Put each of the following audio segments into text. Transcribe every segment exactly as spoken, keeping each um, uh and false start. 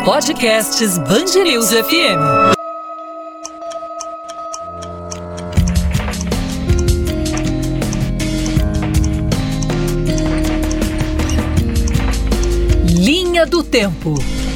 Podcasts Band News F M. Linha do Tempo.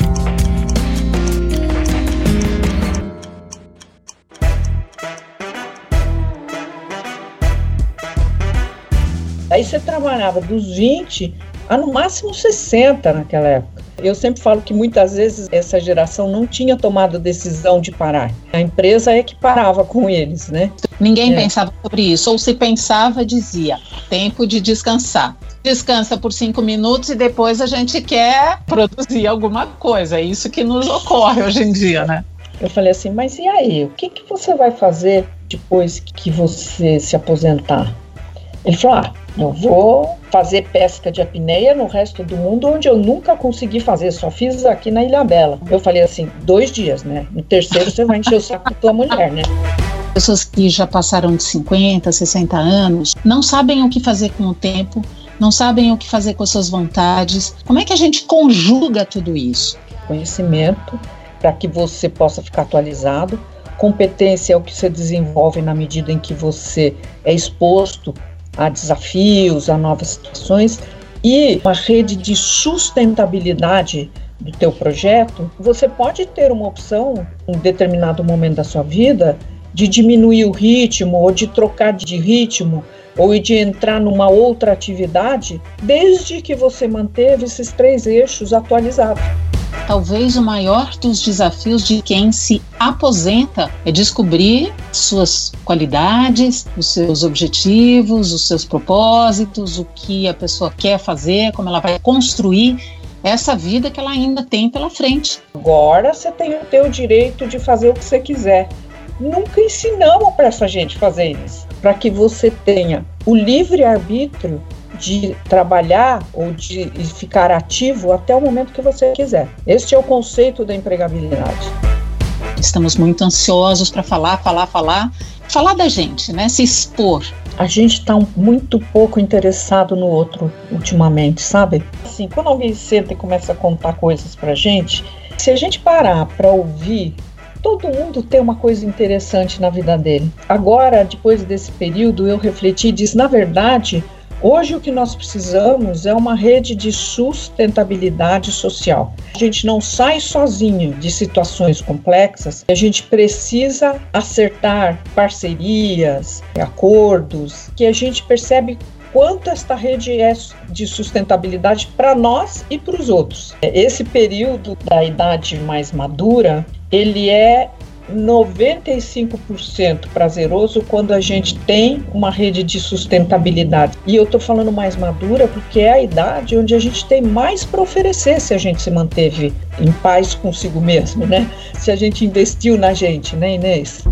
Aí você trabalhava dos vinte a no máximo sessenta naquela época. Eu sempre falo que muitas vezes essa geração não tinha tomado a decisão de parar. A empresa é que parava com eles, né? Ninguém é. pensava sobre isso, ou se pensava, dizia, tempo de descansar. Descansa por cinco minutos e depois a gente quer produzir alguma coisa. É isso que nos ocorre hoje em dia, né? Eu falei assim, mas e aí? O que, que você vai fazer depois que você se aposentar? Ele falou, ah, eu vou fazer pesca de apneia no resto do mundo, onde eu nunca consegui fazer, só fiz aqui na Ilhabela. Eu falei assim, dois dias, né? No terceiro você vai encher o saco da tua mulher, né? Pessoas que já passaram de cinquenta, sessenta anos, não sabem o que fazer com o tempo, não sabem o que fazer com as suas vontades. Como é que a gente conjuga tudo isso? Conhecimento, para que você possa ficar atualizado. Competência é o que você desenvolve na medida em que você é exposto a desafios, a novas situações, e uma rede de sustentabilidade do teu projeto. Você pode ter uma opção em determinado momento da sua vida de diminuir o ritmo ou de trocar de ritmo ou de entrar numa outra atividade, desde que você manteve esses três eixos atualizados. Talvez o maior dos desafios de quem se aposenta é descobrir suas qualidades, os seus objetivos, os seus propósitos, o que a pessoa quer fazer, como ela vai construir essa vida que ela ainda tem pela frente. Agora você tem o teu direito de fazer o que você quiser. Nunca ensinamos para essa gente fazer isso, para que você tenha o livre-arbítrio de trabalhar ou de ficar ativo até o momento que você quiser. Este é o conceito da empregabilidade. Estamos muito ansiosos para falar, falar, falar, falar da gente, né? Se expor. A gente está muito pouco interessado no outro ultimamente, sabe? Assim, quando alguém senta e começa a contar coisas pra gente, se a gente parar para ouvir, todo mundo tem uma coisa interessante na vida dele. Agora, depois desse período, eu refleti e disse, na verdade, hoje o que nós precisamos é uma rede de sustentabilidade social. A gente não sai sozinho de situações complexas, a gente precisa acertar parcerias, acordos, que a gente percebe quanto esta rede é de sustentabilidade para nós e para os outros. Esse período da idade mais madura, ele é noventa e cinco por cento prazeroso quando a gente tem uma rede de sustentabilidade. E eu estou falando mais madura porque é a idade onde a gente tem mais para oferecer se a gente se manteve em paz consigo mesmo, né? Se a gente investiu na gente, né, Inês?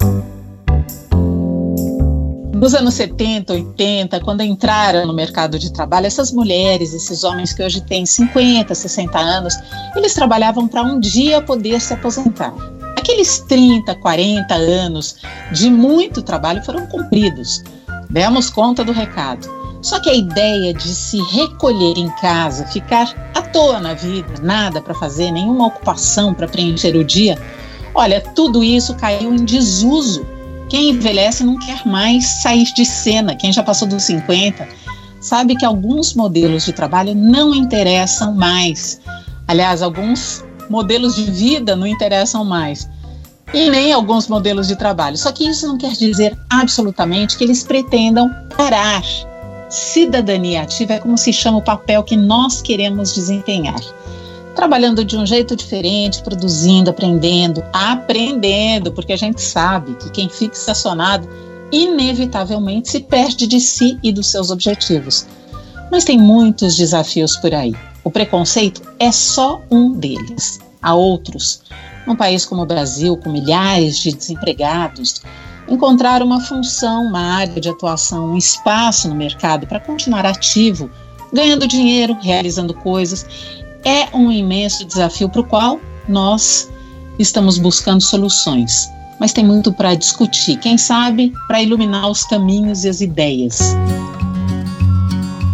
Nos anos setenta, oitenta, quando entraram no mercado de trabalho, essas mulheres, esses homens que hoje têm cinquenta, sessenta anos, eles trabalhavam para um dia poder se aposentar. Aqueles trinta, quarenta anos de muito trabalho foram cumpridos. Demos conta do recado. Só que a ideia de se recolher em casa, ficar à toa na vida, nada para fazer, nenhuma ocupação para preencher o dia, olha, tudo isso caiu em desuso. Quem envelhece não quer mais sair de cena. Quem já passou dos cinquenta sabe que alguns modelos de trabalho não interessam mais. Aliás, alguns modelos de vida não interessam mais. E nem alguns modelos de trabalho. Só que isso não quer dizer absolutamente que eles pretendam parar. Cidadania ativa é como se chama o papel que nós queremos desempenhar. Trabalhando de um jeito diferente, produzindo, aprendendo, aprendendo, porque a gente sabe que quem fica estacionado inevitavelmente se perde de si e dos seus objetivos. Mas tem muitos desafios por aí. O preconceito é só um deles. Há outros. Num país como o Brasil, com milhares de desempregados, encontrar uma função, uma área de atuação, um espaço no mercado para continuar ativo, ganhando dinheiro, realizando coisas, é um imenso desafio para o qual nós estamos buscando soluções. Mas tem muito para discutir, quem sabe para iluminar os caminhos e as ideias.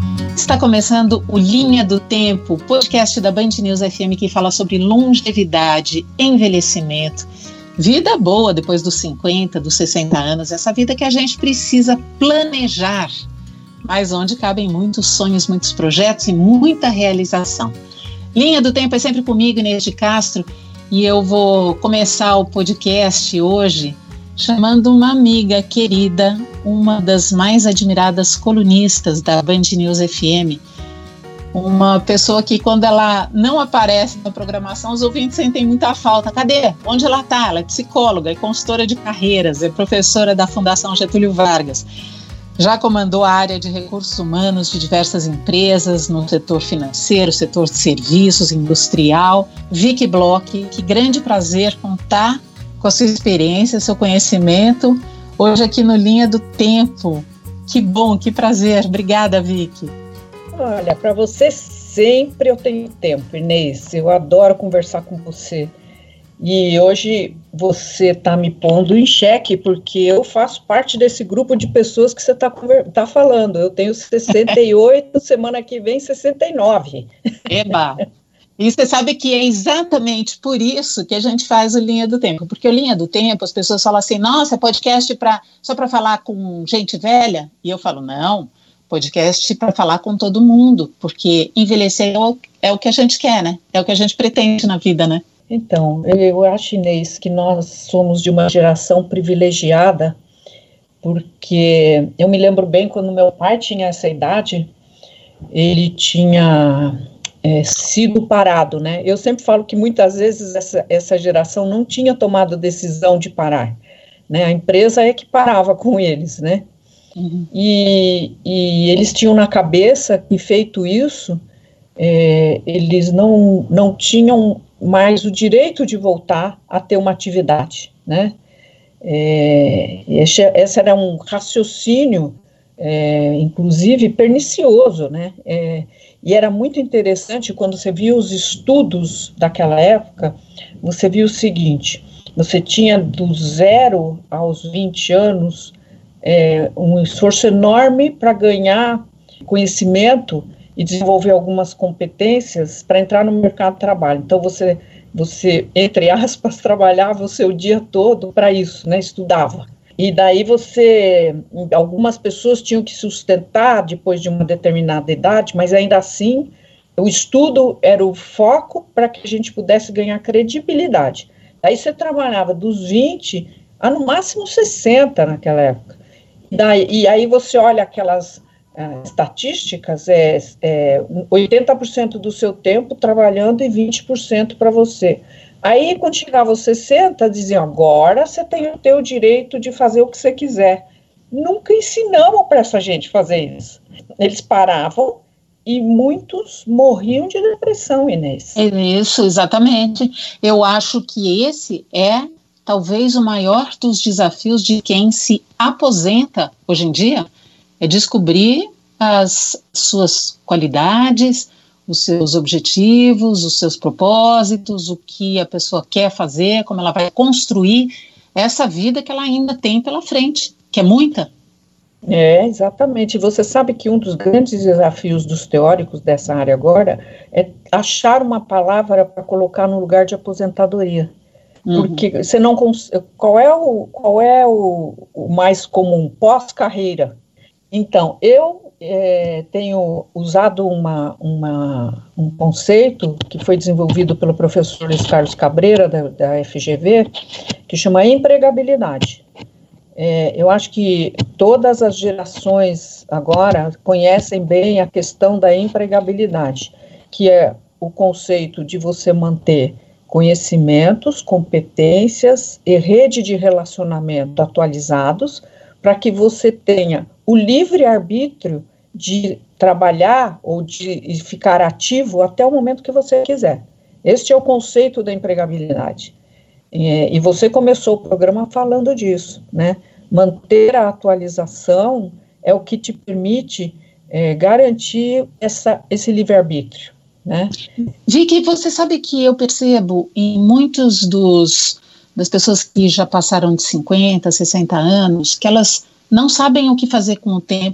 Está começando o Linha do Tempo, podcast da Band News F M que fala sobre longevidade, envelhecimento, vida boa depois dos cinquenta, dos sessenta anos, essa vida que a gente precisa planejar, mas onde cabem muitos sonhos, muitos projetos e muita realização. Linha do Tempo é sempre comigo, Inês de Castro, e eu vou começar o podcast hoje chamando uma amiga querida, uma das mais admiradas colunistas da Band News F M, uma pessoa que quando ela não aparece na programação, os ouvintes sentem muita falta. Cadê? Onde ela está? Ela é psicóloga, é consultora de carreiras, é professora da Fundação Getúlio Vargas. Já comandou a área de recursos humanos de diversas empresas no setor financeiro, setor de serviços, industrial. Vicky Bloch, que grande prazer contar com a sua experiência, seu conhecimento, hoje aqui no Linha do Tempo. Que bom, que prazer. Obrigada, Vicky. Olha, para você sempre eu tenho tempo, Inês. Eu adoro conversar com você. E hoje você está me pondo em xeque, porque eu faço parte desse grupo de pessoas que você está tá falando. Eu tenho sessenta e oito, semana que vem sessenta e nove. Eba! E você sabe que é exatamente por isso que a gente faz o Linha do Tempo, porque o Linha do Tempo, as pessoas falam assim, nossa, podcast pra, só para falar com gente velha? E eu falo, não, podcast para falar com todo mundo, porque envelhecer é o, é o que a gente quer, né? É o que a gente pretende na vida, né? Então, eu acho, Inês, que nós somos de uma geração privilegiada, porque eu me lembro bem quando meu pai tinha essa idade, ele tinha... É, sido parado, né? Eu sempre falo que muitas vezes essa, essa geração não tinha tomado a decisão de parar, né? A empresa é que parava com eles, né? Uhum. E, e eles tinham na cabeça que, feito isso, é, eles não, não tinham mais o direito de voltar a ter uma atividade, né? É, esse, esse era um raciocínio, é, inclusive, pernicioso, né? É, E era muito interessante quando você via os estudos daquela época, você via o seguinte, você tinha do zero aos vinte anos é, um esforço enorme para ganhar conhecimento e desenvolver algumas competências para entrar no mercado de trabalho. Então você, você, entre aspas, trabalhava o seu dia todo para isso, né, estudava. E daí você, algumas pessoas tinham que sustentar depois de uma determinada idade, mas ainda assim, o estudo era o foco para que a gente pudesse ganhar credibilidade. Daí você trabalhava dos vinte a no máximo sessenta naquela época. E, daí, e aí você olha aquelas ah, estatísticas, é, é oitenta por cento do seu tempo trabalhando e vinte por cento para você. Aí, quando chegava aos sessenta, diziam, agora você tem o teu direito de fazer o que você quiser. Nunca ensinamos para essa gente fazer isso. Eles paravam e muitos morriam de depressão, Inês. É isso, exatamente. Eu acho que esse é, talvez, o maior dos desafios de quem se aposenta hoje em dia, é descobrir as suas qualidades, os seus objetivos, os seus propósitos, o que a pessoa quer fazer, como ela vai construir essa vida que ela ainda tem pela frente, que é muita. É, exatamente. Você sabe que um dos grandes desafios dos teóricos dessa área agora é achar uma palavra para colocar no lugar de aposentadoria. Uhum. Porque você não cons- qual é o, qual é o, o mais comum? Pós-carreira. Então, eu É, tenho usado uma, uma, um conceito que foi desenvolvido pelo professor Luiz Carlos Cabreira, da, da F G V, que chama empregabilidade. É, eu acho que todas as gerações agora conhecem bem a questão da empregabilidade, que é o conceito de você manter conhecimentos, competências e rede de relacionamento atualizados para que você tenha o livre-arbítrio de trabalhar ou de ficar ativo até o momento que você quiser. Este é o conceito da empregabilidade. É, e você começou o programa falando disso, né? Manter a atualização é o que te permite é, garantir essa, esse livre-arbítrio, né? Vicky, você sabe que eu percebo em muitos dos, das pessoas que já passaram de cinquenta, sessenta anos, que elas não sabem o que fazer com o tempo,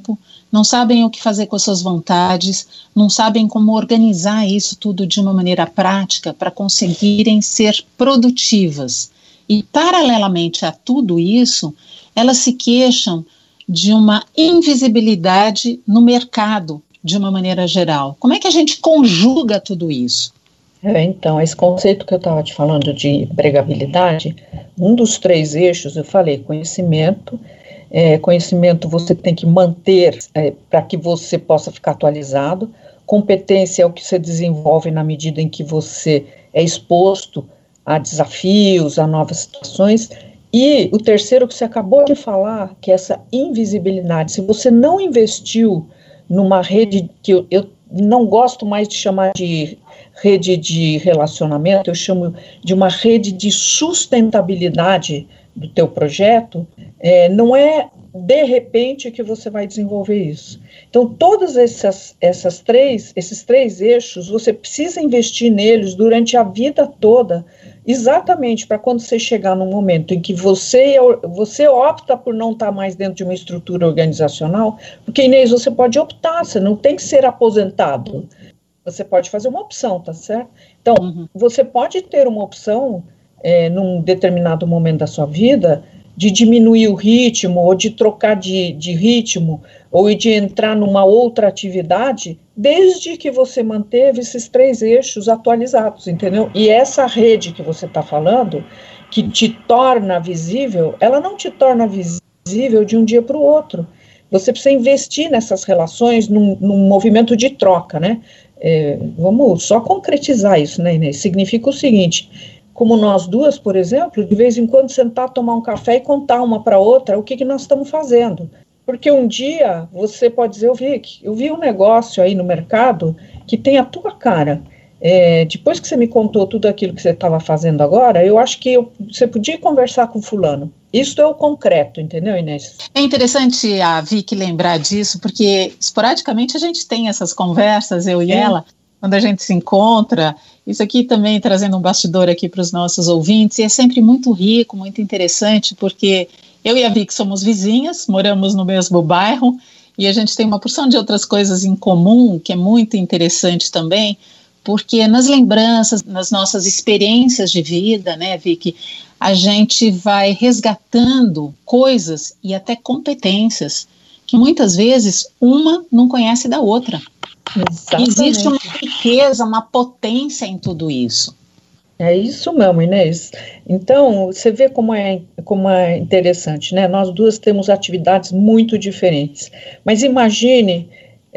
não sabem o que fazer com as suas vontades, não sabem como organizar isso tudo de uma maneira prática para conseguirem ser produtivas. E, paralelamente a tudo isso, elas se queixam de uma invisibilidade no mercado, de uma maneira geral. Como é que a gente conjuga tudo isso? É, então, esse conceito que eu estava te falando de empregabilidade, um dos três eixos, eu falei, conhecimento. É, conhecimento você tem que manter é, para que você possa ficar atualizado. Competência é o que você desenvolve na medida em que você é exposto a desafios, a novas situações. E o terceiro que você acabou de falar, que é essa invisibilidade. Se você não investiu numa rede, que eu, eu não gosto mais de chamar de rede de relacionamento, eu chamo de uma rede de sustentabilidade do teu projeto, é, não é de repente que você vai desenvolver isso. Então, todas essas, essas três, esses três eixos, você precisa investir neles durante a vida toda, exatamente para quando você chegar num momento em que você, você opta por não estar mais dentro de uma estrutura organizacional, porque, Inês, você pode optar, você não tem que ser aposentado. Você pode fazer uma opção, tá certo? Então, uhum. Você pode ter uma opção, é, num determinado momento da sua vida, de diminuir o ritmo, ou de trocar de, de ritmo, ou de entrar numa outra atividade, desde que você manteve esses três eixos atualizados, entendeu? E essa rede que você está falando, que te torna visível, ela não te torna visível de um dia para o outro. Você precisa investir nessas relações num, num movimento de troca, né? É, vamos só concretizar isso, né, Inês? Significa o seguinte: como nós duas, por exemplo, de vez em quando sentar, tomar um café e contar uma para outra o que, que nós estamos fazendo. Porque um dia você pode dizer, eu vi, eu vi um negócio aí no mercado que tem a tua cara. É, depois que você me contou tudo aquilo que você estava fazendo agora, eu acho que eu, você podia conversar com fulano. Isso é o concreto, entendeu, Inês? É interessante a Vicky lembrar disso, porque esporadicamente a gente tem essas conversas, eu e é. ela, quando a gente se encontra. Isso aqui também trazendo um bastidor aqui para os nossos ouvintes, e é sempre muito rico, muito interessante, porque eu e a Vicky somos vizinhas, moramos no mesmo bairro, e a gente tem uma porção de outras coisas em comum, que é muito interessante também, porque nas lembranças, nas nossas experiências de vida, né, Vicky, a gente vai resgatando coisas e até competências que muitas vezes uma não conhece da outra. Exatamente. Existe uma riqueza, uma potência em tudo isso. É isso mesmo, Inês. Então, você vê como é, como é interessante, né? Nós duas temos atividades muito diferentes. Mas imagine,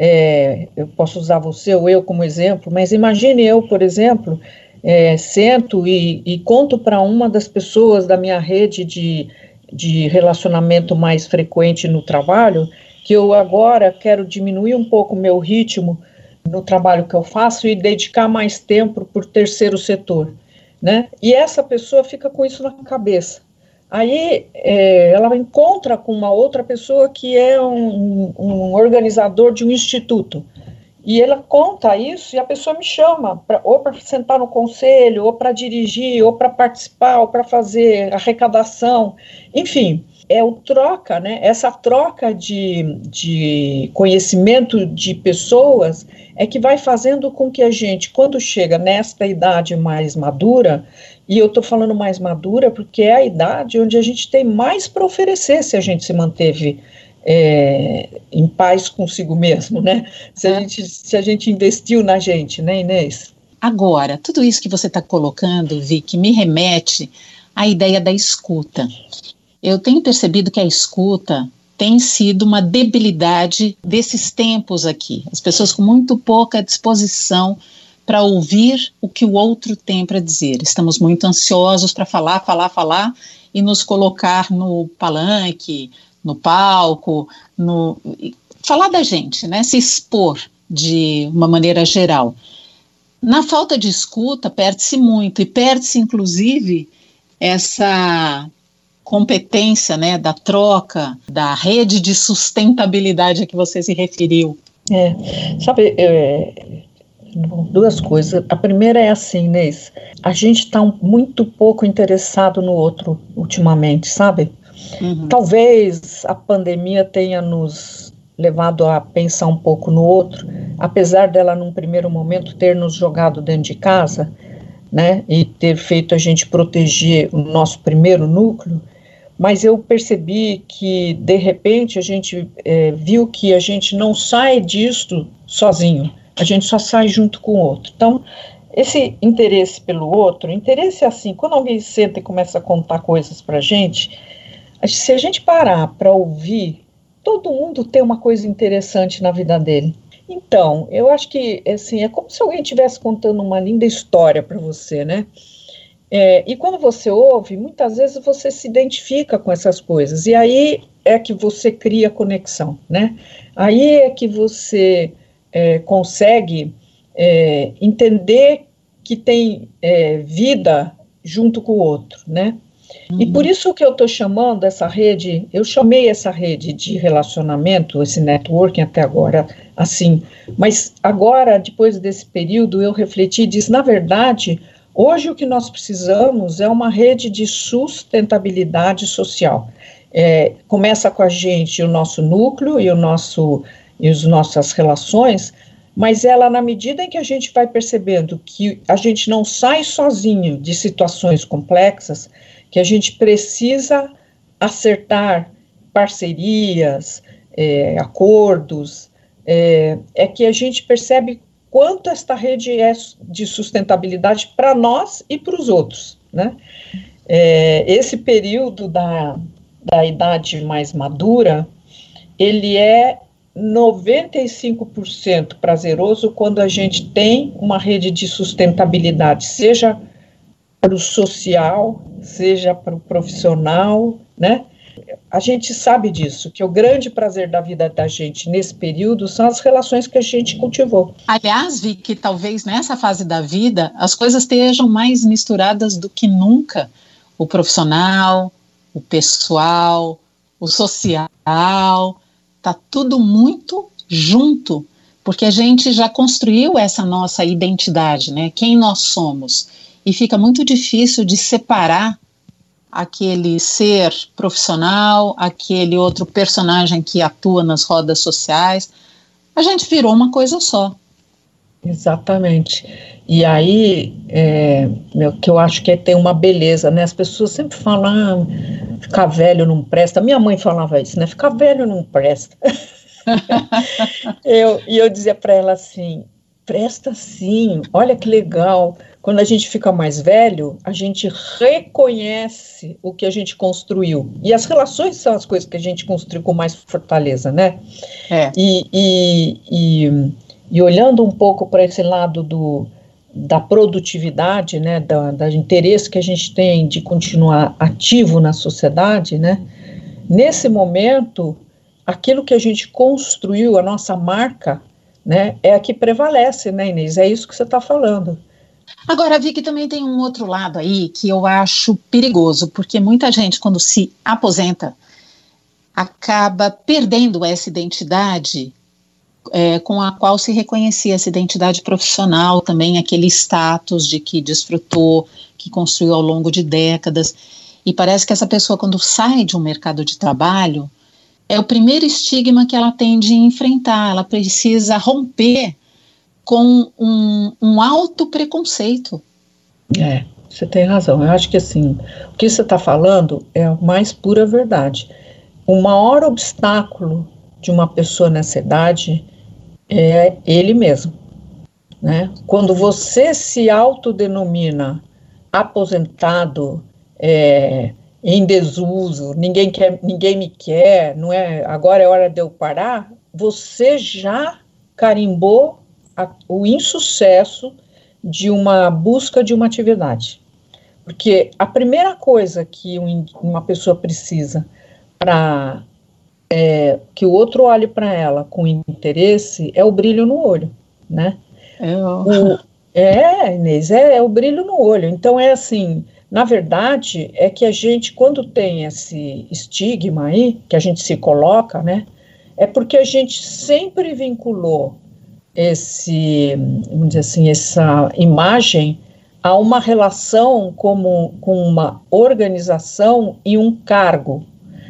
é, eu posso usar você ou eu como exemplo, mas imagine eu, por exemplo, é, sento e, e conto para uma das pessoas da minha rede de, de relacionamento mais frequente no trabalho, que eu agora quero diminuir um pouco o meu ritmo no trabalho que eu faço e dedicar mais tempo para o terceiro setor, né? E essa pessoa fica com isso na cabeça. Aí é, ela encontra com uma outra pessoa que é um, um organizador de um instituto, e ela conta isso e a pessoa me chama, pra, ou para sentar no conselho, ou para dirigir, ou para participar, ou para fazer arrecadação, enfim. É o troca, né? Essa troca de, de conhecimento de pessoas é que vai fazendo com que a gente, quando chega nesta idade mais madura, e eu estou falando mais madura porque é a idade onde a gente tem mais para oferecer se a gente se manteve é, em paz consigo mesmo, né? Se a, gente, se a gente investiu na gente, né, Inês? Agora, tudo isso que você está colocando, Vicky, me remete à ideia da escuta. Eu tenho percebido que a escuta tem sido uma debilidade desses tempos aqui. As pessoas com muito pouca disposição para ouvir o que o outro tem para dizer. Estamos muito ansiosos para falar, falar, falar e nos colocar no palanque, no palco, no, falar da gente, né? Se expor de uma maneira geral. Na falta de escuta, perde-se muito, e perde-se, inclusive, essa competência, né, da troca, da rede de sustentabilidade a que você se referiu. É, sabe, é, duas coisas. A primeira é assim, Inês, a gente está muito pouco interessado no outro ultimamente, sabe? Uhum. Talvez a pandemia tenha nos levado a pensar um pouco no outro, apesar dela num primeiro momento ter nos jogado dentro de casa, né, e ter feito a gente proteger o nosso primeiro núcleo, mas eu percebi que, de repente, a gente é, viu que a gente não sai disto sozinho, a gente só sai junto com o outro. Então, esse interesse pelo outro, interesse é assim, quando alguém senta e começa a contar coisas para a gente, se a gente parar para ouvir, todo mundo tem uma coisa interessante na vida dele. Então, eu acho que, assim, é como se alguém estivesse contando uma linda história para você, né? É, e quando você ouve, muitas vezes você se identifica com essas coisas, e aí é que você cria conexão, né? Aí é que você é, consegue é, entender que tem é, vida junto com o outro, né? Uhum. E por isso que eu estou chamando essa rede, eu chamei essa rede de relacionamento, esse networking até agora, assim, mas agora, depois desse período, eu refleti e disse, na verdade, hoje o que nós precisamos é uma rede de sustentabilidade social. É, começa com a gente, o nosso núcleo e, o nosso, e as nossas relações, mas ela, na medida em que a gente vai percebendo que a gente não sai sozinho de situações complexas, que a gente precisa acertar parcerias, é, acordos, é, é que a gente percebe quanto esta rede é de sustentabilidade para nós e para os outros, né? É, esse período da, da idade mais madura, ele é noventa e cinco por cento prazeroso quando a gente tem uma rede de sustentabilidade, seja para o social, seja para o profissional, né? A gente sabe disso, que o grande prazer da vida da gente nesse período são as relações que a gente cultivou. Aliás, Vi, que talvez nessa fase da vida as coisas estejam mais misturadas do que nunca. O profissional, o pessoal, o social, está tudo muito junto, porque a gente já construiu essa nossa identidade, né? Quem nós somos. E fica muito difícil de separar aquele ser profissional, aquele outro personagem que atua nas rodas sociais. A gente virou uma coisa só. Exatamente. E aí, é, meu, que eu acho que tem uma beleza, né? As pessoas sempre falam, ah, ficar velho não presta. Minha mãe falava isso, né? Ficar velho não presta. eu, e eu dizia para ela assim, presta sim, olha que legal. Quando a gente fica mais velho, a gente reconhece o que a gente construiu. E as relações são as coisas que a gente construiu com mais fortaleza, né? É. E, e, e, e olhando um pouco para esse lado do, da produtividade, né, da, da interesse que a gente tem de continuar ativo na sociedade, né? Nesse momento, aquilo que a gente construiu, a nossa marca, né, é a que prevalece, né, Inês? É isso que você está falando. Agora, vi que também tem um outro lado aí que eu acho perigoso, porque muita gente, quando se aposenta, acaba perdendo essa identidade é, com a qual se reconhecia, essa identidade profissional também, aquele status de que desfrutou, que construiu ao longo de décadas. E parece que essa pessoa, quando sai de um mercado de trabalho, é o primeiro estigma que ela tem de enfrentar, ela precisa romper com um, um alto preconceito. É, você tem razão. Eu acho que assim, o que você está falando é a mais pura verdade. O maior obstáculo de uma pessoa nessa idade é ele mesmo, né? Quando você se autodenomina aposentado, é, em desuso, ninguém quer, ninguém me quer, não é? Agora é hora de eu parar. Você já carimbou A, o insucesso de uma busca de uma atividade. Porque a primeira coisa que um, uma pessoa precisa para é, que o outro olhe para ela com interesse é o brilho no olho, né? Eu... O, é, Inês, é, é o brilho no olho. Então é assim, na verdade, é que a gente, quando tem esse estigma aí, que a gente se coloca, né? É porque a gente sempre vinculou esse, vamos dizer assim, essa imagem a uma relação como, com uma organização e um cargo.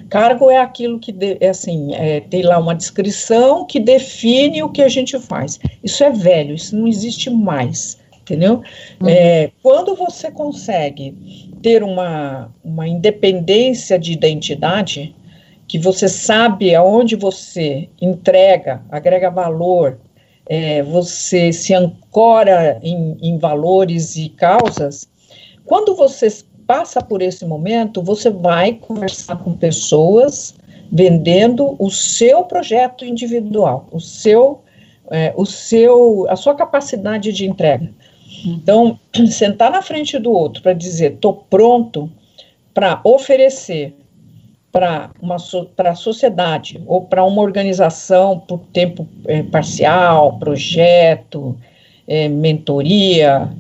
cargo é aquilo que, de, é assim, é, tem lá uma descrição que define o que a gente faz. Isso é velho, isso não existe mais, entendeu? Uhum. É, quando você consegue ter uma, uma independência de identidade, que você sabe aonde você entrega, agrega valor, é, você se ancora em, em valores e causas, quando você passa por esse momento, você vai conversar com pessoas vendendo o seu projeto individual, o seu, é, o seu, a sua capacidade de entrega. Então, sentar na frente do outro para dizer, estou pronto para oferecer para uma para a sociedade ou para uma organização por tempo é, parcial, projeto, é, mentoria,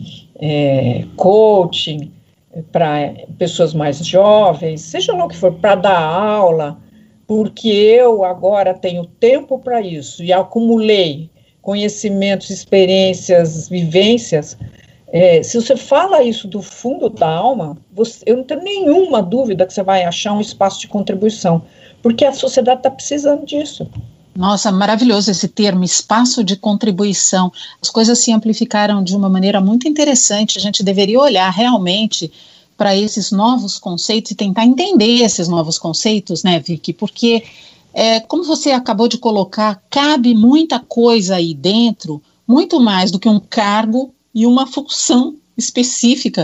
é, coaching, para pessoas mais jovens, seja lá o que for, para dar aula, porque eu agora tenho tempo para isso e acumulei conhecimentos, experiências, vivências. É, se você fala isso do fundo da alma, você, eu não tenho nenhuma dúvida que você vai achar um espaço de contribuição, porque a sociedade está precisando disso. Nossa, maravilhoso esse termo, espaço de contribuição. As coisas se amplificaram de uma maneira muito interessante. A gente deveria olhar realmente para esses novos conceitos e tentar entender esses novos conceitos, né, Vicky? Porque, é, como você acabou de colocar, cabe muita coisa aí dentro, muito mais do que um cargo e uma função específica,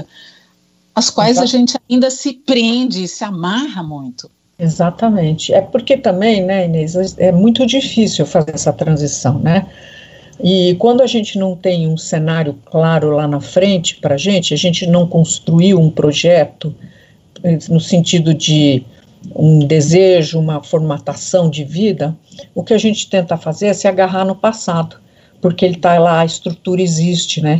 as quais Exato. A gente ainda se prende, se amarra muito. Exatamente, é porque também, né, Inês, é muito difícil fazer essa transição, né, e quando a gente não tem um cenário claro lá na frente para a gente, a gente não construiu um projeto no sentido de um desejo, uma formatação de vida, o que a gente tenta fazer é se agarrar no passado, porque ele está lá, a estrutura existe, né,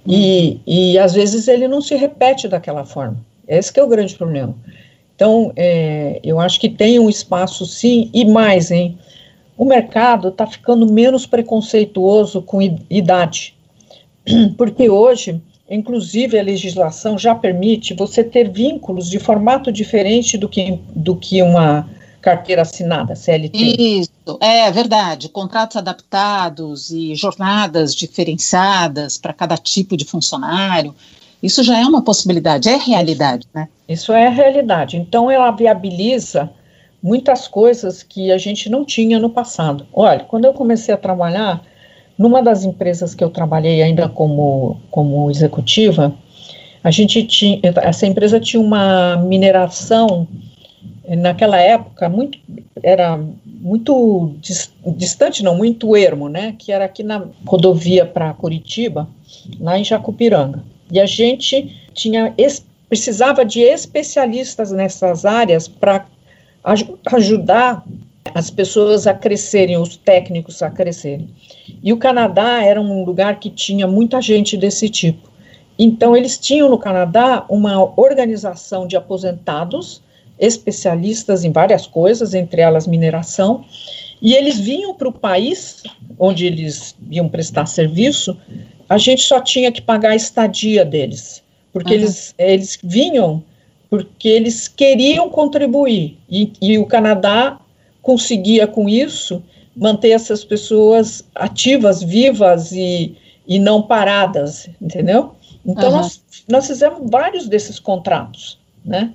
e, e às vezes ele não se repete daquela forma, esse que é o grande problema. Então, é, eu acho que tem um espaço sim, e mais, hein, o mercado está ficando menos preconceituoso com idade, porque hoje, inclusive a legislação já permite você ter vínculos de formato diferente do que, do que uma carteira assinada, C L T. Isso, é verdade, contratos adaptados e jornadas diferenciadas para cada tipo de funcionário. Isso já é uma possibilidade, é realidade, né? Isso é realidade. Então, ela viabiliza muitas coisas que a gente não tinha no passado. Olha, quando eu comecei a trabalhar, numa das empresas que eu trabalhei ainda como, como executiva, a gente tinha, essa empresa tinha uma mineração, naquela época, muito, era muito dis, distante, não, muito ermo, né? Que era aqui na rodovia para Curitiba, lá em Jacupiranga. E a gente tinha, precisava de especialistas nessas áreas para aj- ajudar as pessoas a crescerem, os técnicos a crescerem. E o Canadá era um lugar que tinha muita gente desse tipo. Então, eles tinham no Canadá uma organização de aposentados, especialistas em várias coisas, entre elas mineração, e eles vinham para o país onde eles iam prestar serviço. A gente só tinha que pagar a estadia deles, porque uhum. eles, eles vinham porque eles queriam contribuir, e, e o Canadá conseguia com isso manter essas pessoas ativas, vivas e, e não paradas, entendeu? Então, uhum. nós, nós fizemos vários desses contratos, né?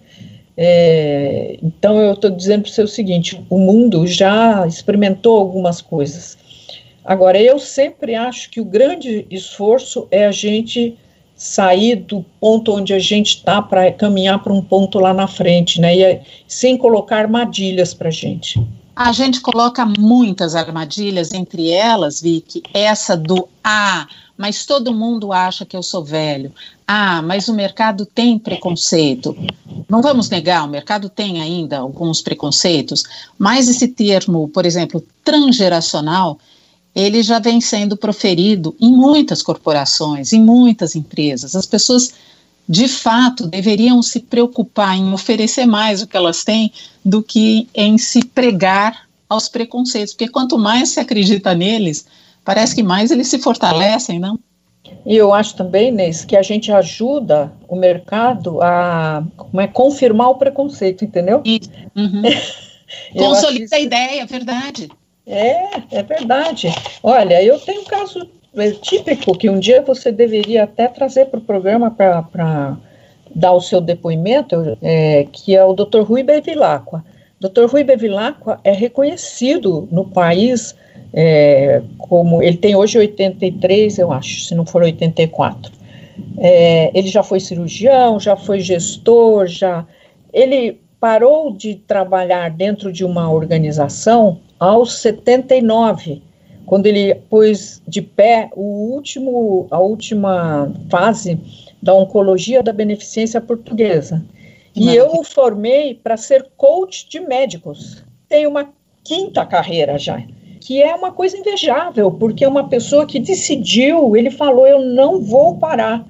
É, então, eu estou dizendo para você o seguinte, o mundo já experimentou algumas coisas. Agora, eu sempre acho que o grande esforço é a gente sair do ponto onde a gente está para caminhar para um ponto lá na frente, né? E é, sem colocar armadilhas para a gente. A gente coloca muitas armadilhas, entre elas, Vicky, essa do ah, mas todo mundo acha que eu sou velho. Ah, mas o mercado tem preconceito. Não vamos negar, o mercado tem ainda alguns preconceitos, mas esse termo, por exemplo, transgeracional, ele já vem sendo proferido em muitas corporações, em muitas empresas. As pessoas, de fato, deveriam se preocupar em oferecer mais o que elas têm do que em se pregar aos preconceitos, porque quanto mais se acredita neles, parece que mais eles se fortalecem, não? E eu acho também, Inês, que a gente ajuda o mercado a como é, confirmar o preconceito, entendeu? Isso. Uhum. Consolida a ideia, é verdade. É, é verdade. Olha, eu tenho um caso típico que um dia você deveria até trazer para o programa para dar o seu depoimento, é, que é o doutor Rui Bevilacqua. doutor Rui Bevilacqua é reconhecido no país, é, como ele tem hoje oitenta e três, eu acho, se não for oitenta e quatro. É, ele já foi cirurgião, já foi gestor, já... Ele parou de trabalhar dentro de uma organização aos setenta e nove, quando ele pôs de pé o último, a última fase da oncologia da beneficência portuguesa. E Maravilha. Eu o formei para ser coach de médicos. Tem uma quinta carreira já, que é uma coisa invejável, porque é uma pessoa que decidiu, ele falou, eu não vou parar.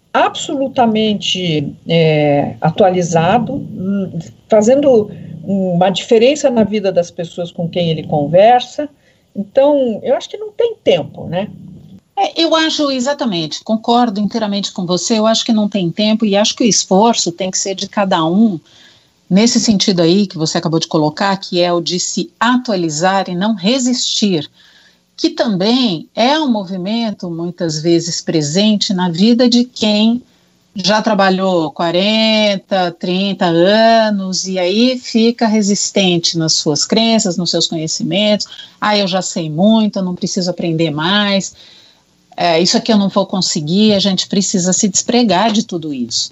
Absolutamente é, atualizado, fazendo uma diferença na vida das pessoas com quem ele conversa. Então, eu acho que não tem tempo, né? É, eu acho, exatamente, concordo inteiramente com você, eu acho que não tem tempo e acho que o esforço tem que ser de cada um, nesse sentido aí que você acabou de colocar, que é o de se atualizar e não resistir, que também é um movimento muitas vezes presente na vida de quem já trabalhou quarenta, trinta anos e aí fica resistente nas suas crenças, nos seus conhecimentos. Ah, eu já sei muito, eu não preciso aprender mais. É, isso aqui eu não vou conseguir, a gente precisa se despregar de tudo isso.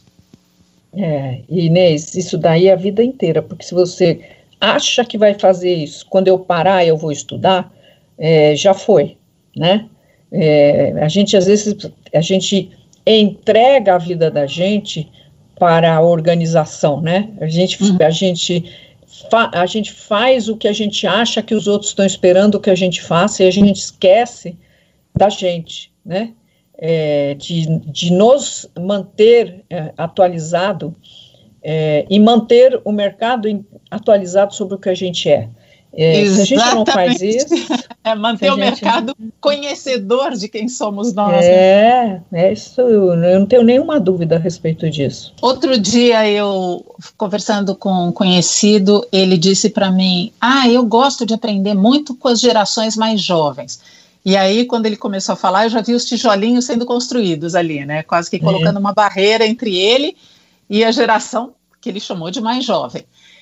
É, Inês, isso daí é a vida inteira, porque se você acha que vai fazer isso, quando eu parar eu vou estudar, é, já foi, né? É, a gente, às vezes, a gente entrega a vida da gente para a organização, né? A gente, uhum. a gente, fa, a gente faz o que a gente acha que os outros estão esperando que a gente faça e a gente esquece da gente, né? É, de, de nos manter é, atualizado é, e manter o mercado em, atualizado sobre o que a gente é. É, se a gente não faz isso... É manter o gente... mercado conhecedor de quem somos nós. É, né? é isso, eu não tenho nenhuma dúvida a respeito disso. Outro dia eu, conversando com um conhecido, ele disse para mim, ah, eu gosto de aprender muito com as gerações mais jovens. E aí, quando ele começou a falar, eu já vi os tijolinhos sendo construídos ali, né? Quase que colocando é. uma barreira entre ele e a geração que ele chamou de mais jovem.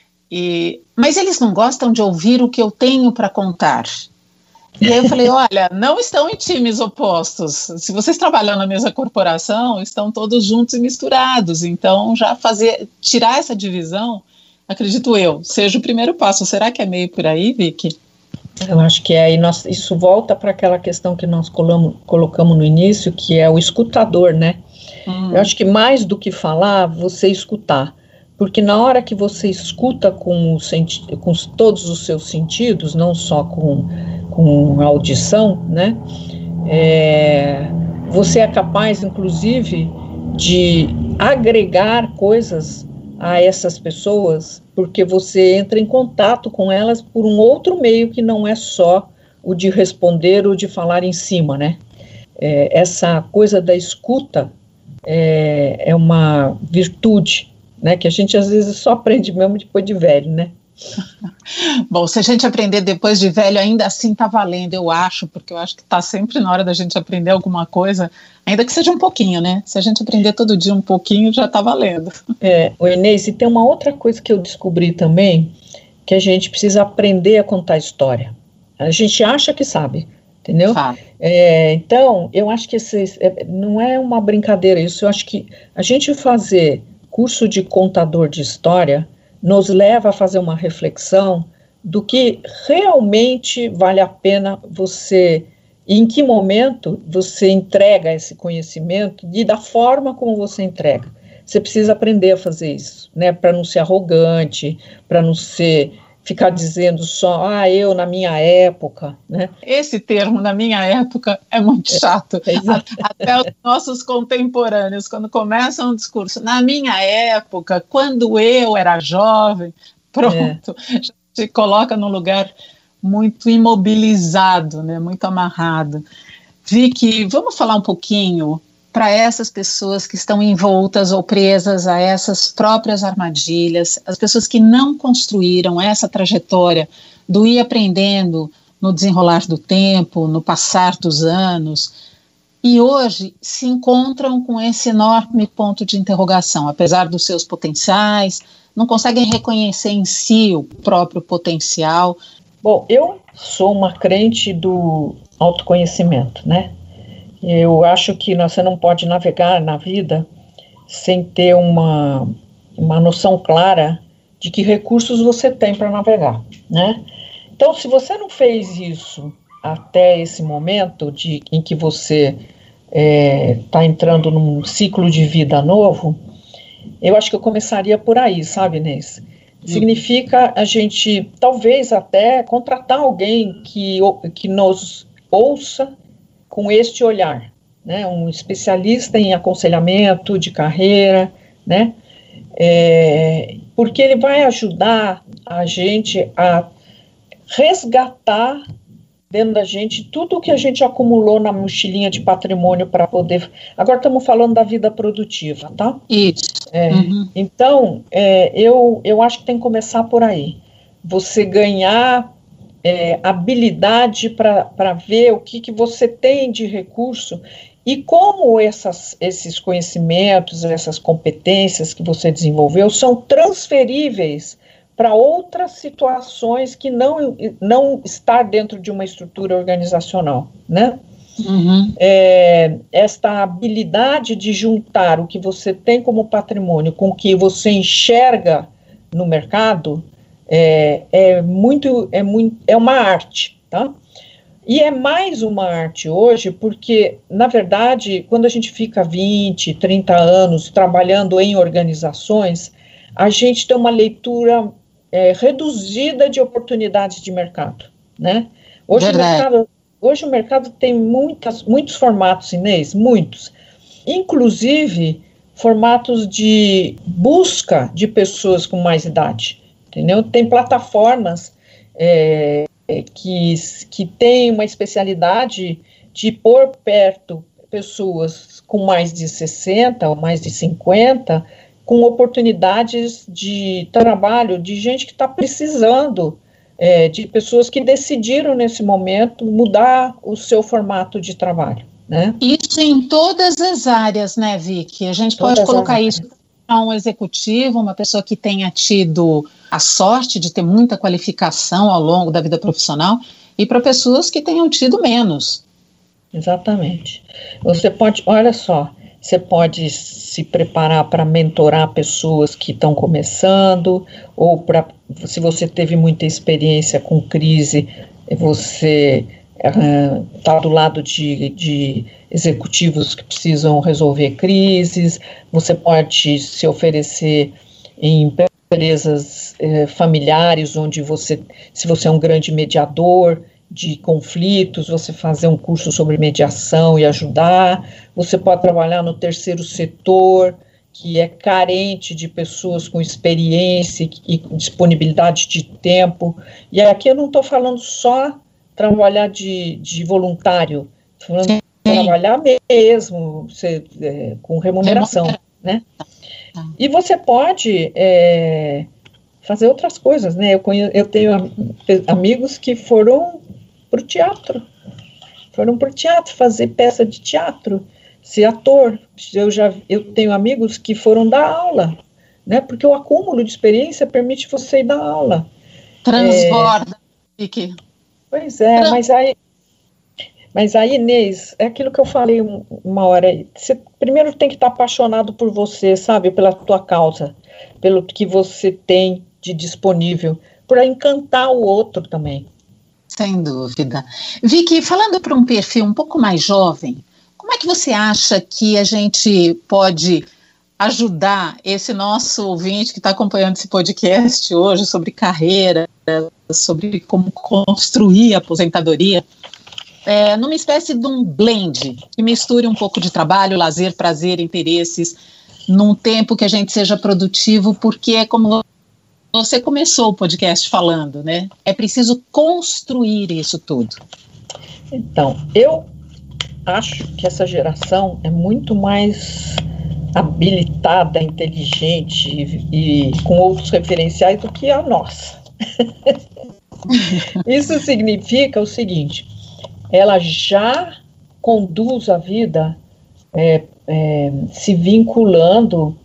E, mas eles não gostam de ouvir o que eu tenho para contar. E aí eu falei, olha, não estão em times opostos. Se vocês trabalham na mesma corporação, estão todos juntos e misturados. Então, já fazer, tirar essa divisão, acredito eu, seja o primeiro passo. Será que é meio por aí, Vicky? Eu acho que é, e nós, isso volta para aquela questão que nós colamos, colocamos no início, que é o escutador, né? Hum. Eu acho que mais do que falar, você escutar. Porque na hora que você escuta com, o senti- com todos os seus sentidos, não só com, com a audição, né? É, você é capaz, inclusive, de agregar coisas a essas pessoas, porque você entra em contato com elas por um outro meio que não é só o de responder ou de falar em cima, né? É, essa coisa da escuta é, é uma virtude, né, que a gente às vezes só aprende mesmo depois de velho, né? Bom, se a gente aprender depois de velho, ainda assim tá valendo, eu acho, porque eu acho que tá sempre na hora da gente aprender alguma coisa, ainda que seja um pouquinho, né? Se a gente aprender todo dia um pouquinho, já tá valendo. É, o Inês, e tem uma outra coisa que eu descobri também, que a gente precisa aprender a contar história. A gente acha que sabe, entendeu? É, então, eu acho que esse, é, não é uma brincadeira isso, eu acho que a gente fazer curso de contador de história nos leva a fazer uma reflexão do que realmente vale a pena você, e em que momento você entrega esse conhecimento e da forma como você entrega. Você precisa aprender a fazer isso, né, para não ser arrogante, para não ser, ficar dizendo só, ah, eu na minha época, né. Esse termo, na minha época, é muito chato. É, até os nossos contemporâneos, quando começam um discurso, na minha época, quando eu era jovem, pronto, é. já se coloca num lugar muito imobilizado, né, muito amarrado. Vicky, vamos falar um pouquinho para essas pessoas que estão envoltas ou presas a essas próprias armadilhas, as pessoas que não construíram essa trajetória do ir aprendendo no desenrolar do tempo, no passar dos anos, e hoje se encontram com esse enorme ponto de interrogação, apesar dos seus potenciais, não conseguem reconhecer em si o próprio potencial? Bom, eu sou uma crente do autoconhecimento, né? Eu acho que você não pode navegar na vida sem ter uma, uma noção clara de que recursos você tem para navegar, né? Então, se você não fez isso até esse momento de, em que você está é, entrando num ciclo de vida novo, eu acho que eu começaria por aí, sabe, Inês? Significa a gente, talvez até, contratar alguém que, que nos ouça com este olhar, né, um especialista em aconselhamento de carreira, né, é, porque ele vai ajudar a gente a resgatar dentro da gente tudo o que a gente acumulou na mochilinha de patrimônio para poder... Agora estamos falando da vida produtiva, tá? Isso. É, uhum. Então, é, eu, eu acho que tem que começar por aí. Você ganhar é, habilidade para ver o que, que você tem de recurso e como essas, esses conhecimentos, essas competências que você desenvolveu são transferíveis para outras situações que não, não estar dentro de uma estrutura organizacional, né? Uhum. É, esta habilidade de juntar o que você tem como patrimônio com o que você enxerga no mercado é, é, muito, é, muito, é uma arte, tá? E é mais uma arte hoje porque, na verdade, quando a gente fica vinte, trinta anos trabalhando em organizações, a gente tem uma leitura é, reduzida de oportunidades de mercado, né? Hoje o mercado, hoje o mercado tem muitas, muitos formatos, Inês, muitos. Inclusive, formatos de busca de pessoas com mais idade, entendeu? Tem plataformas é, que, que têm uma especialidade de pôr perto pessoas com mais de sessenta ou mais de cinquenta, com oportunidades de trabalho, de gente que está precisando, é, de pessoas que decidiram nesse momento mudar o seu formato de trabalho, né? Isso em todas as áreas, né, Vicky? A gente Todas pode colocar isso para um executivo, uma pessoa que tenha tido a sorte de ter muita qualificação ao longo da vida profissional, e para pessoas que tenham tido menos. Exatamente. Você pode, olha só, você pode se preparar para mentorar pessoas que estão começando, ou para, se você teve muita experiência com crise, você está uh, do lado de, de executivos que precisam resolver crises. Você pode se oferecer em empresas eh, familiares, onde você, se você é um grande mediador de conflitos, você fazer um curso sobre mediação e ajudar. Você pode trabalhar no terceiro setor, que é carente de pessoas com experiência e disponibilidade de tempo. E aqui eu não estou falando só trabalhar de, de voluntário, estou falando de trabalhar mesmo, você, é, com remuneração, né? E você pode é, fazer outras coisas, né? Eu, conheço, eu tenho amigos que foram para o teatro, foram para o teatro fazer peça de teatro, ser ator. Eu, já, eu tenho amigos que foram dar aula, né? Porque o acúmulo de experiência permite você ir dar aula. Transborda, Vicky. É, pois é, Trans... mas aí, mas aí, Inês, é aquilo que eu falei uma hora aí. Você primeiro tem que estar apaixonado por você, sabe? Pela tua causa, pelo que você tem de disponível, por encantar o outro também. Sem dúvida. Vicky, falando para um perfil um pouco mais jovem, como é que você acha que a gente pode ajudar esse nosso ouvinte que está acompanhando esse podcast hoje sobre carreira, sobre como construir a aposentadoria, é, numa espécie de um blend, que misture um pouco de trabalho, lazer, prazer, interesses, num tempo que a gente seja produtivo, porque é como você começou o podcast falando, né? É preciso construir isso tudo. Então, eu acho que essa geração é muito mais habilitada, inteligente e, e com outros referenciais do que a nossa. Isso significa o seguinte: ela já conduz a vida é, é, se vinculando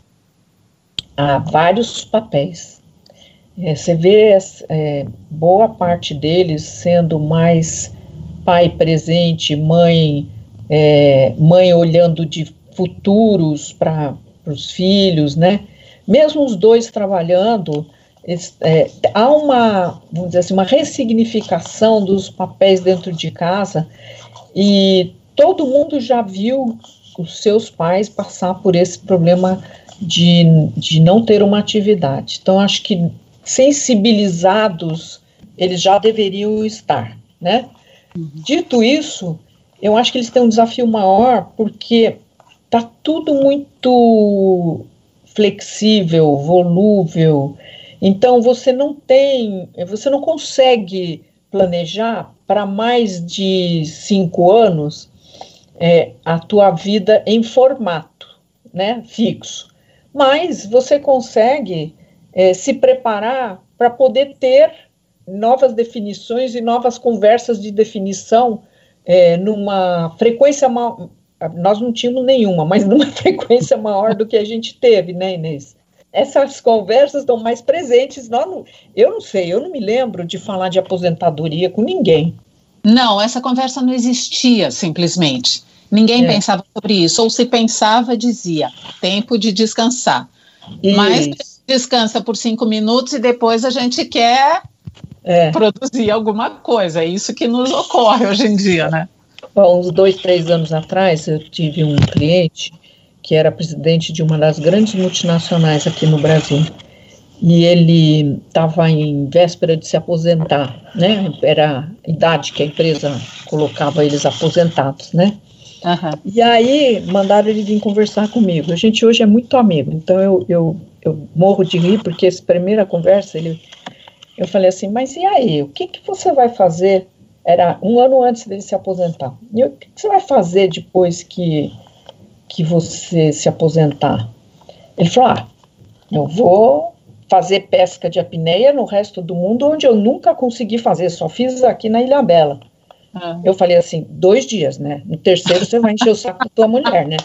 a vários papéis. É, você vê é, boa parte deles sendo mais pai presente, mãe, é, mãe olhando de futuros para os filhos, né? Mesmo os dois trabalhando, é, há uma, vamos dizer assim, uma ressignificação dos papéis dentro de casa, e todo mundo já viu os seus pais passar por esse problema de, de não ter uma atividade. Então, acho que sensibilizados eles já deveriam estar, né? Uhum. Dito isso, eu acho que eles têm um desafio maior, porque está tudo muito flexível, volúvel. Então, você não tem, você não consegue planejar para mais de cinco anos é, a tua vida em formato, né, fixo. Mas você consegue é, se preparar para poder ter novas definições e novas conversas de definição é, numa frequência maior. Nós não tínhamos nenhuma, mas numa frequência maior do que a gente teve, né, Inês? Essas conversas estão mais presentes. Nós não, eu não sei, eu não me lembro de falar de aposentadoria com ninguém. Não, essa conversa não existia, simplesmente. Ninguém é. pensava sobre isso, ou se pensava, dizia, tempo de descansar. Isso. Mas descansa por cinco minutos e depois a gente quer é. produzir alguma coisa. É isso que nos ocorre hoje em dia, né? Bom, uns dois, três anos atrás, eu tive um cliente que era presidente de uma das grandes multinacionais aqui no Brasil. E ele estava em véspera de se aposentar, né? Era a idade que a empresa colocava eles aposentados, né? Uhum. E aí mandaram ele vir conversar comigo. A gente hoje é muito amigo, então eu, eu, eu morro de rir, porque essa primeira conversa, ele, eu falei assim, mas e aí, o que, que você vai fazer? Era um ano antes dele se aposentar. E o que, que você vai fazer depois que, que você se aposentar? Ele falou, ah, eu vou fazer pesca de apneia no resto do mundo, onde eu nunca consegui fazer, só fiz aqui na Ilhabela. Ah. Eu falei assim, dois dias, né? No terceiro você vai encher o saco da tua mulher, né?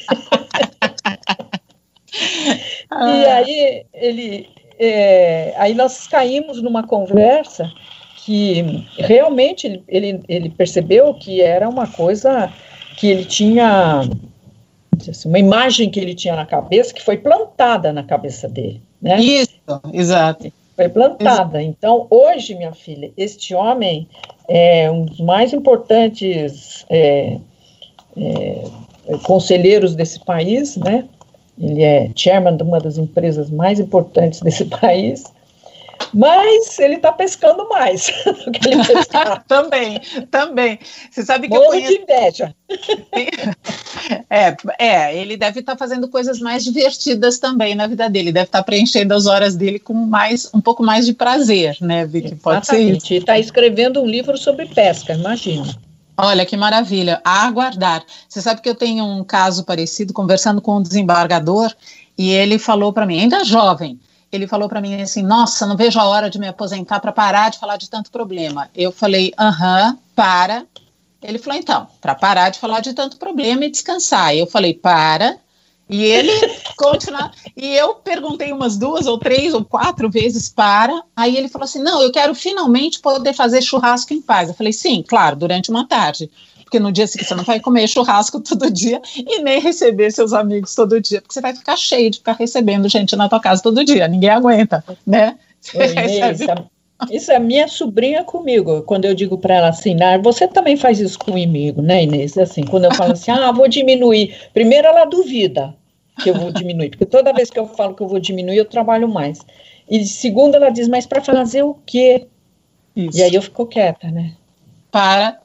Ah. E aí, ele, é, aí nós caímos numa conversa que realmente ele, ele, ele percebeu que era uma coisa que ele tinha, assim, uma imagem que ele tinha na cabeça, que foi plantada na cabeça dele, né? Isso, exato. Foi plantada. Então, hoje, minha filha, este homem é um dos mais importantes é, é, conselheiros desse país, né? Ele é chairman de uma das empresas mais importantes desse país, mas ele está pescando mais do que ele pescava. Também, também. Você sabe que Morro eu conheço... de inveja. É, é, ele deve estar tá fazendo coisas mais divertidas também na vida dele, deve estar tá preenchendo as horas dele com mais, um pouco mais de prazer, né, Vicky? Pode ser isso. E está escrevendo um livro sobre pesca, imagina. Olha, que maravilha, a aguardar. Você sabe que eu tenho um caso parecido, conversando com um desembargador, e ele falou para mim, ainda jovem, ele falou para mim assim, nossa, não vejo a hora de me aposentar para parar de falar de tanto problema. Eu falei, aham, para. Ele falou, então, para parar de falar de tanto problema e descansar. Eu falei, para. E ele continua. E eu perguntei umas duas ou três ou quatro vezes para. Aí ele falou assim, não, eu quero finalmente poder fazer churrasco em paz. Eu falei, sim, claro, durante uma tarde. Porque no dia seguinte você não vai comer churrasco todo dia e nem receber seus amigos todo dia, porque você vai ficar cheio de ficar recebendo gente na tua casa todo dia, ninguém aguenta, né? Oi, Inês, recebe... Isso é minha sobrinha comigo, quando eu digo para ela assim, ah, você também faz isso comigo, né, Inês? Assim, quando eu falo assim, ah, vou diminuir, primeiro ela duvida que eu vou diminuir, porque toda vez que eu falo que eu vou diminuir, eu trabalho mais. E segundo, ela diz, mas para fazer o quê? Isso. E aí eu fico quieta, né? Para...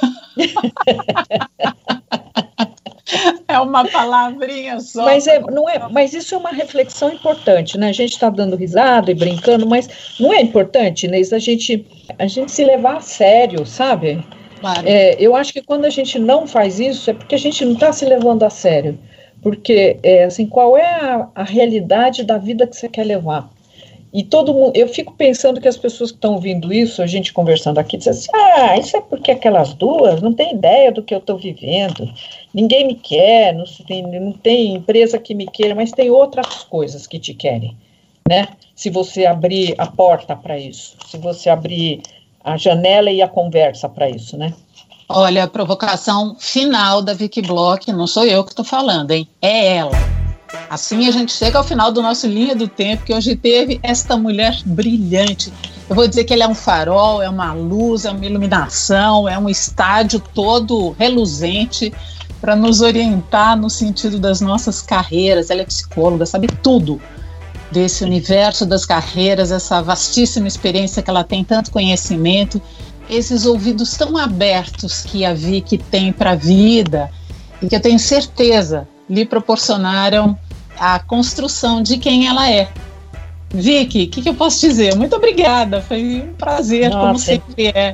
É uma palavrinha só. Mas, é, não é, mas isso é uma reflexão importante, né? A gente está dando risada e brincando, mas não é importante, Inês, a gente, a gente se levar a sério, sabe? Claro. É, eu acho que quando a gente não faz isso, é porque a gente não está se levando a sério. Porque, é, assim, qual é a, a realidade da vida que você quer levar? E todo mundo, eu fico pensando que as pessoas que estão ouvindo isso, a gente conversando aqui, dizem assim, ah, isso é porque aquelas duas não têm ideia do que eu estou vivendo, ninguém me quer, não tem, não tem empresa que me queira, mas tem outras coisas que te querem, né? Se você abrir a porta para isso, se você abrir a janela e a conversa para isso, né? Olha, a provocação final da Vicky Bloch, não sou eu que estou falando, hein? É ela. Assim a gente chega ao final do nosso Linha do Tempo, que hoje teve esta mulher brilhante. Eu vou dizer que ela é um farol, é uma luz, é uma iluminação, é um estádio todo reluzente para nos orientar no sentido das nossas carreiras. Ela é psicóloga, sabe tudo desse universo das carreiras, essa vastíssima experiência que ela tem, tanto conhecimento, esses ouvidos tão abertos que a Vicky tem para a vida e que eu tenho certeza lhe proporcionaram a construção de quem ela é. Vicky, o que, que eu posso dizer? Muito obrigada, foi um prazer, Nossa, como sempre é.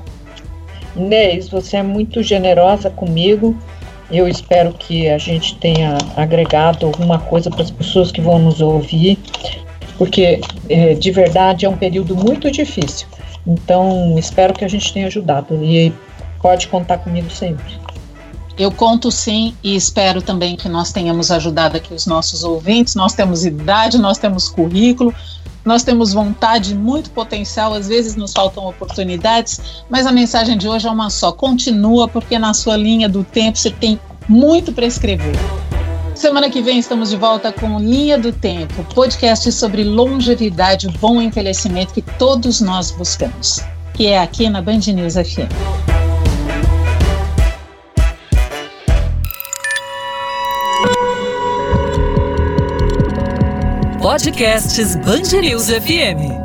Inês, você é muito generosa comigo. Eu espero que a gente tenha agregado alguma coisa para as pessoas que vão nos ouvir, porque é, de verdade é um período muito difícil. Então, espero que a gente tenha ajudado e pode contar comigo sempre. Eu conto sim e espero também que nós tenhamos ajudado aqui os nossos ouvintes. Nós temos idade, nós temos currículo, nós temos vontade, muito potencial, às vezes nos faltam oportunidades, mas a mensagem de hoje é uma só: continua, porque na sua linha do tempo você tem muito para escrever. Semana que vem estamos de volta com Linha do Tempo, podcast sobre longevidade e bom envelhecimento que todos nós buscamos, que é aqui na Band News F M. Podcasts Band News F M.